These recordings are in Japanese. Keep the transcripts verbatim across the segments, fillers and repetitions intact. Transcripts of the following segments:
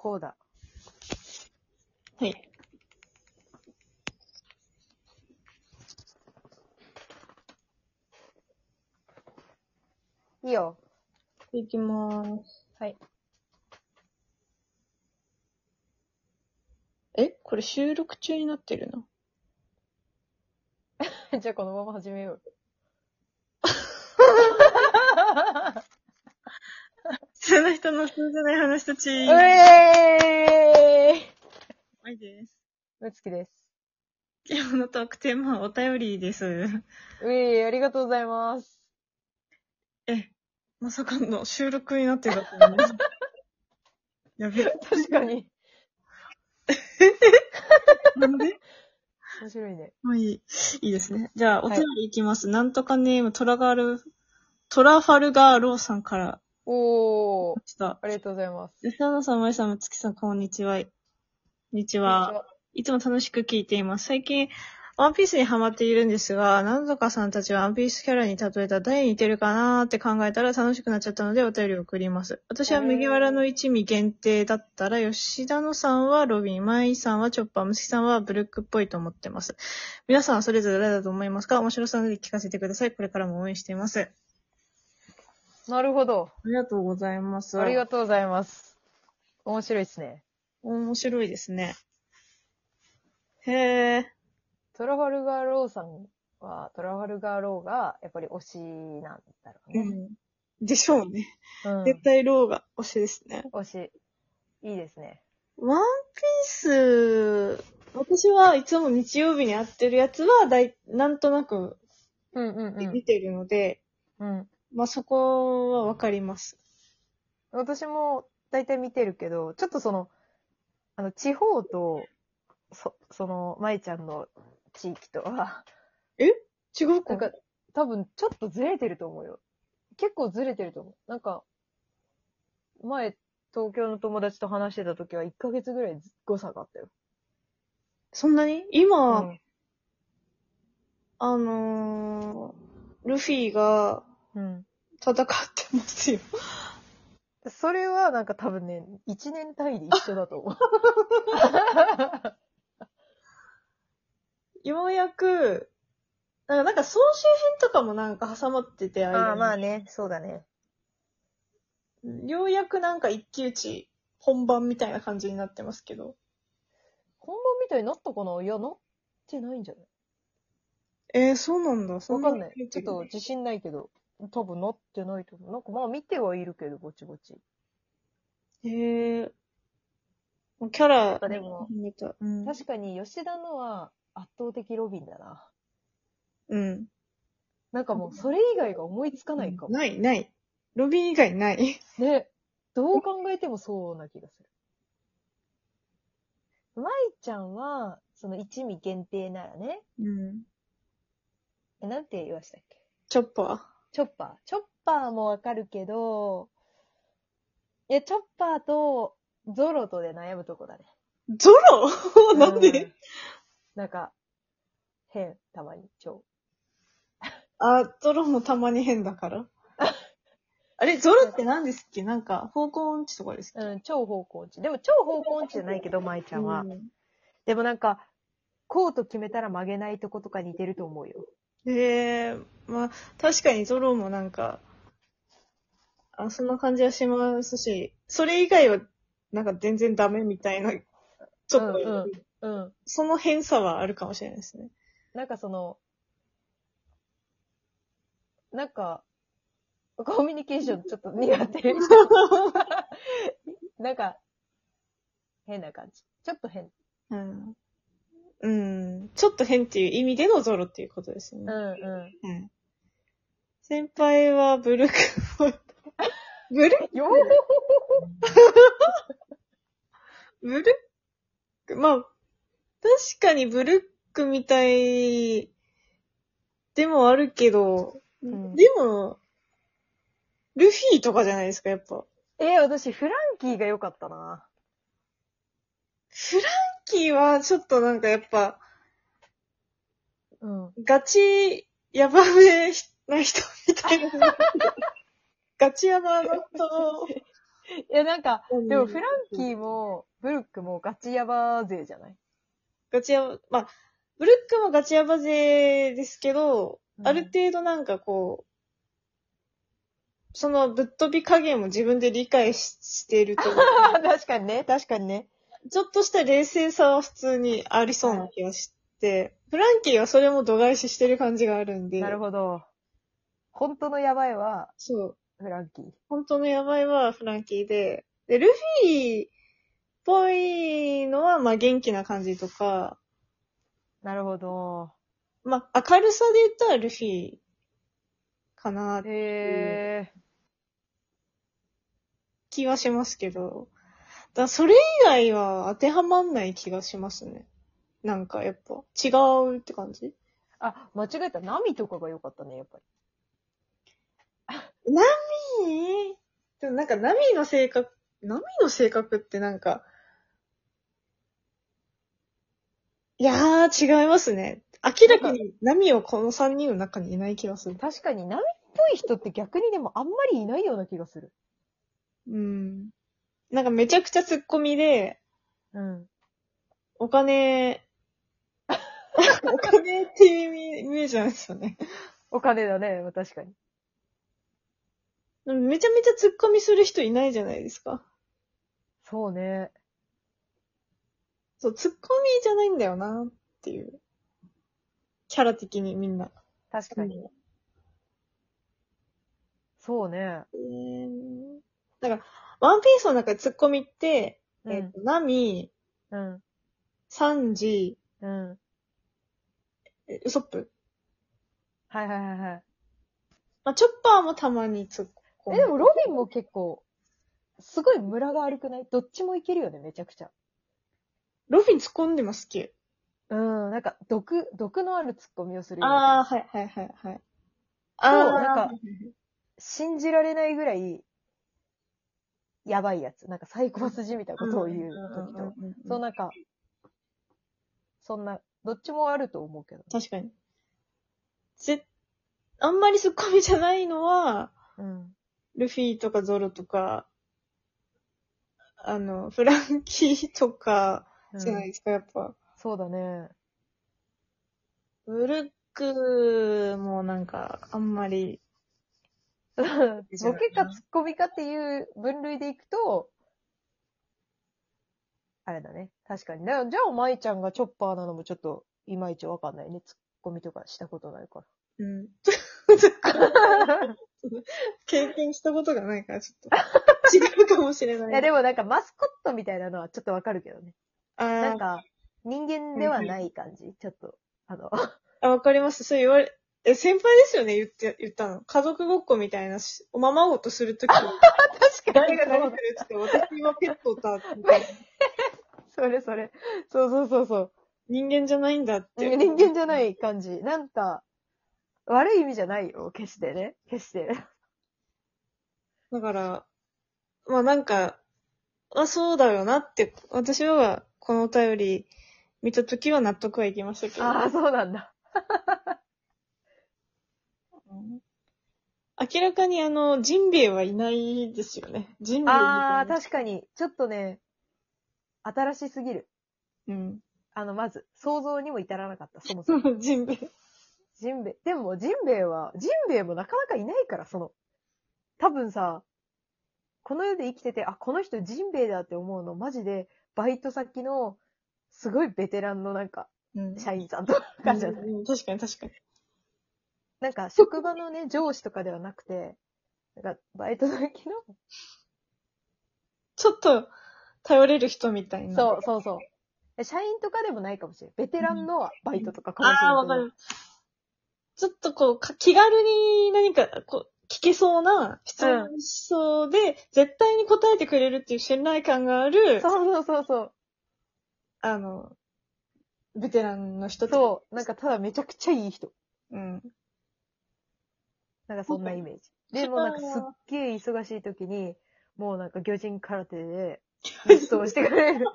こうだ。 はい。 いいよ。 いきまーす。 はい。 えこれ収録中になってるな。 じゃあこのまま始めよう。 普通の人の通じゃない話たち。 うえーい。 まいです。 むつきです。 今日のトークテーマはお便りです。 うえーい、ありがとうございます。 え、まさかの収録になってたと思う。やべ。 確かに。 なんで面白いね。 まあいい。いいですね。じゃあ、おはい便りいきます。なんとかネーム、トラガール、トラファルガーローさんからおー、 来た。 ありがとうございます。 吉田さん、まいさん、むつきさん、こんにちは。こんにちこんにちは。 は。 いつも楽しく聞いています。最近、ワンピースにハマっているんですが、なんとかさんたちはワンピースキャラに例えたら誰に似てるかなーって考えたら楽しくなっちゃったのでお便りを送ります。私は麦わらの一味限定だったら、吉田のさんはロビン、マイさんはチョッパー、ムスキさんはブルックっぽいと思ってます。皆さんはそれぞれ誰だと思いますか？面白さので聞かせてください。これからも応援しています。 なるほど。 ありがとうございます。 ありがとうございます。面白いっすね。 面白いですね。へー。 トラファルガーローさんは、トラファルガーローがやっぱり推しなんだろうね。 うん。でしょうね。 うん。 絶対ローが推しですね。 推し。いいですね。 ワンピース、私はいつも日曜日にやってるやつはだい、なんとなくうんうんうん。 見てるので、 うん。 まあそこはわかります。 私も大体見てるけど、ちょっとその、あの、地方と、そ、その、舞ちゃんの地域とは、 え違うかなんか、多分ちょっとずれてると思うよ。結構ずれてると思う。なんか、前、東京の友達と話してた時はいっかげつぐらい誤差があったよ。 そんなに今、 うん。 あのー、ルフィがうん。 戦ってますよ。 それはなんか多分ね、いちねん単位で一緒だと思う。 ようやく、なんか、なんか総集編とかもなんか挟まってて、間にああ、まあね、そうだね。 ようやくなんか一騎打ち本番みたいな感じになってますけど。 本番みたいになったかな？いや、なってないんじゃない？ えー、そうなんだ。そんなわかんない。 にちょっと自信ないけど、多分なってないと思う。なんかまあ見てはいるけど、ぼちぼち。 へえ。キャラ、 でも、 見た。うん。 確かに吉田のは圧倒的ロビンだな。 うん。 なんかもうそれ以外が思いつかないかも。 ない、ない。ロビン以外ない。 ね。どう考えてもそうな気がする。舞ちゃんは、その一味限定ならね。 うん。 え、なんて言いましたっけ？ チョッパチョッパー。チョッパーもわかるけど、いや、チョッパーとゾロとで悩むとこだね。 ー。ゾロなんで、 うんなんか、変、たまに、超。 あ、ゾロもたまに変だからあれ、ゾロって何ですっけ？なんか、方向音痴とかですっけ？ うん、超方向音痴。でも超方向音痴じゃないけど、舞ちゃんは。 うん、 でもなんか、こうと決めたら曲げないとことか似てると思うよ。 へえ、まあ、確かにゾロもなんか、あ、そんな感じはしますし、それ以外は、なんか全然ダメみたいな、ちょっと、 うんうん。うん。 その変さはあるかもしれないですね。 なんかその、なんか、コミュニケーションちょっと苦手。なんか、変な感じ。ちょっと変。 うん。うん。ちょっと変っていう意味でのゾロっていうことですね。 うんううん。先輩はブルック、ブルん。よブルック、まあ、確かにブルックみたいでもあるけど、 うん、 でも、ルフィとかじゃないですか、やっぱ。 えー、私、フランキーが良かったな。 フランキーはちょっとなんかやっぱ、 うん。 ガチヤバめな人みたいな。ガチヤバな人いや、なんか、でもフランキーも、ブルックもガチヤバ勢じゃない？ ガチヤバ、まあ、ブルックもガチヤバ勢ですけど、 うん、 ある程度なんかこう、そのぶっ飛び加減も自分で理解 し, していると確かにね、確かにね。 ちょっとした冷静さは普通にありそうな気がして、はい、フランキーはそれも度外視してる感じがあるんで。 なるほど。本当のヤバいは、 そう。 フランキー。 本当のヤバいはフランキーで、で、ルフィっぽいのは、まあ元気な感じとか。 なるほど。 まあ明るさで言ったらルフィかなっていう。 へー。 気はしますけど。だそれ以外は当てはまんない気がしますね。なんかやっぱ違うって感じ？ あ、間違えた。ナミとかが良かったね、やっぱり。ナミでもなんかナミの性格、ナミの性格ってなんか、いやー違いますね。明らかにナミはこのさんにんの中にいない気がする。 確かにナミっぽい人って逆にでもあんまりいないような気がする。 うん。なんかめちゃくちゃツッコミで、 うん。 お金、お金っていうイメージなんですよね。 お金だね、確かに。 めちゃめちゃツッコミする人いないじゃないですか。 そうね。 そう、ツッコミじゃないんだよなっていう。キャラ的にみんな。 確かに。うん、そうね。 えー、だから、ワンピースの中でツッコミって、うん、えっ、ー、と、ナミ、 うん。 サンジ、 うん。 え、ウソップ。 はいはいはいはい。 まあ、チョッパーもたまにツッコミ。 え、でもロビンも結構、すごいムラが悪くない？どっちもいけるよね、めちゃくちゃ。 ロビン突っ込んでますっけ？ うん、なんか、毒、毒のあるツッコミをするよ。 ああ、はいはいはいはい。 ああ、なんか、信じられないぐらい、やばいやつ。なんかサイコパスじみたことを言う時と。そうなんか、そんな、どっちもあると思うけど。 確かに。ぜ、あんまりツッコミじゃないのは、 うん、 ルフィとかゾロとか、あの、フランキーとか、じゃないですか、うん、やっぱ。 そうだね。 ブルックもなんか、あんまり。 ボケかツッコミかっていう分類でいくと、あれだね。確かに。じゃあ、舞ちゃんがチョッパーなのもちょっと、いまいちわかんないね。ツッコミとかしたことないから。 うん。経験したことがないから、ちょっと。違うかもしれない。 いや、でもなんかマスコットみたいなのはちょっとわかるけどね。 あなんか、人間ではない感じ、うん、ちょっと、あの。 あ、わかります。そう言われ、え、先輩ですよね、言って、言ったの。家族ごっこみたいなし、おままごとするときに。 確かに。 誰が何するって言って、私はペットだって。 それそれ。そうそうそうそう。 人間じゃないんだって。 人間じゃない感じ。なんか、悪い意味じゃないよ、決してね。決して。 だから、まあなんか、あ、そうだよなって、私はこのお便り見たときは納得はいきましたけど。 ああ、そうなんだ。 明らかにあの、ジンベエはいないですよね。ジンベエ。 ああ、確かに。ちょっとね、新しすぎる。 うん。 あの、まず、想像にも至らなかった、そもそも。 ジンベエ。 ジンベエ。でも、ジンベエは、ジンベエもなかなかいないから、その、多分さ、この世で生きてて、あ、この人ジンベエだって思うの、マジで、バイト先の、すごいベテランのなんか、うん、社員さんとかじゃない、 うん、確かに確かに。 なんか、職場のね、上司とかではなくて、なんか、バイト先の、 ちょっと、頼れる人みたいな。 そうそうそう。社員とかでもないかもしれない。ベテランのバイトとかかもしれない。 ああ、わかる。ちょっとこう、気軽に何か、こう、聞けそうな質問しそうで、うん、絶対に答えてくれるっていう信頼感がある。 そうそうそうそう。 あの、ベテランの人と。 そう。なんかただめちゃくちゃいい人。 うん。 なんかそんなイメージ。でもなんかすっげえ忙しい時に、もうなんか魚人空手で、無双してくれる。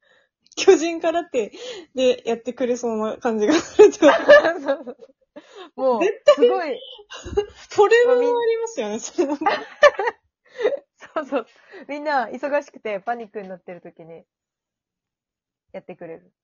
巨人空手でやってくれそうな感じがするってこと。 もう、すごい、 フォルムもありますよね、それなんか。 そうそう。みんな忙しくてパニックになってる時に、やってくれる。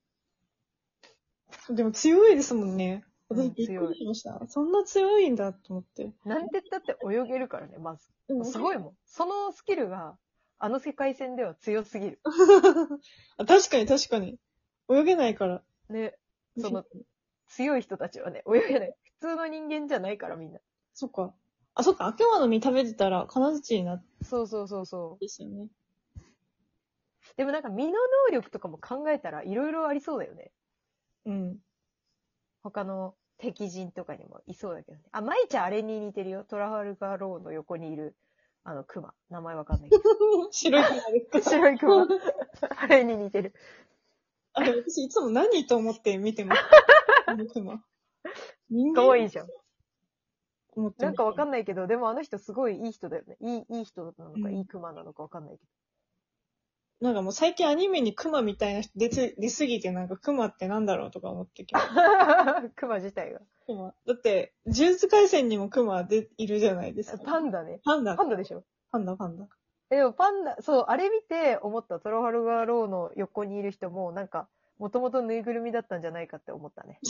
でも強いですもんね。 うん私びっくりしました。そんな強いんだと思って。 なんて言ったって泳げるからね、まず。 うんすごいもん。そのスキルが、あの世界線では強すぎる。 あ確かに確かに。泳げないから。 ね。その、強い人たちはね、泳げない。普通の人間じゃないからみんな。 そっか。あ、そっか。悪魔の実食べてたら金槌になっそうそうそうそですよね。 う。でもなんか身の能力とかも考えたらいろいろありそうだよね。 うん。 他の敵人とかにもいそうだけどね。あ、舞ちゃんあれに似てるよ。トラファルガーローの横にいる、あの、クマ。名前わかんないけど。 白いクマですか白いクマ。あれに似てる。 あれ、私いつも何と思って見てます。このクマ。人間かわいいじゃん。 思ってなんかわかんんないけど、でもあの人すごいいい人だよね。いい、いい人なのか、 うんいいクマなのかわかんないけなんかもう最近アニメにクマみたいな人出つ出すぎてなんかクマってなんだろうとか思ってきます。 ど。クマ自体が。 クマ。だって、呪術廻戦にもクマでいるじゃないですか。 パンダね。 パンダ。 パンダでしょ。 パンダ、パンダ。 え、でもパンダ、そう、あれ見て思った。トラファルガーローの横にいる人も、なんか、もともとぬいぐるみだったんじゃないかって思ったね。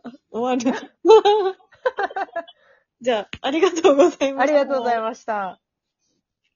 終わる。じゃあ、ありがとうございました。 ありがとうございました。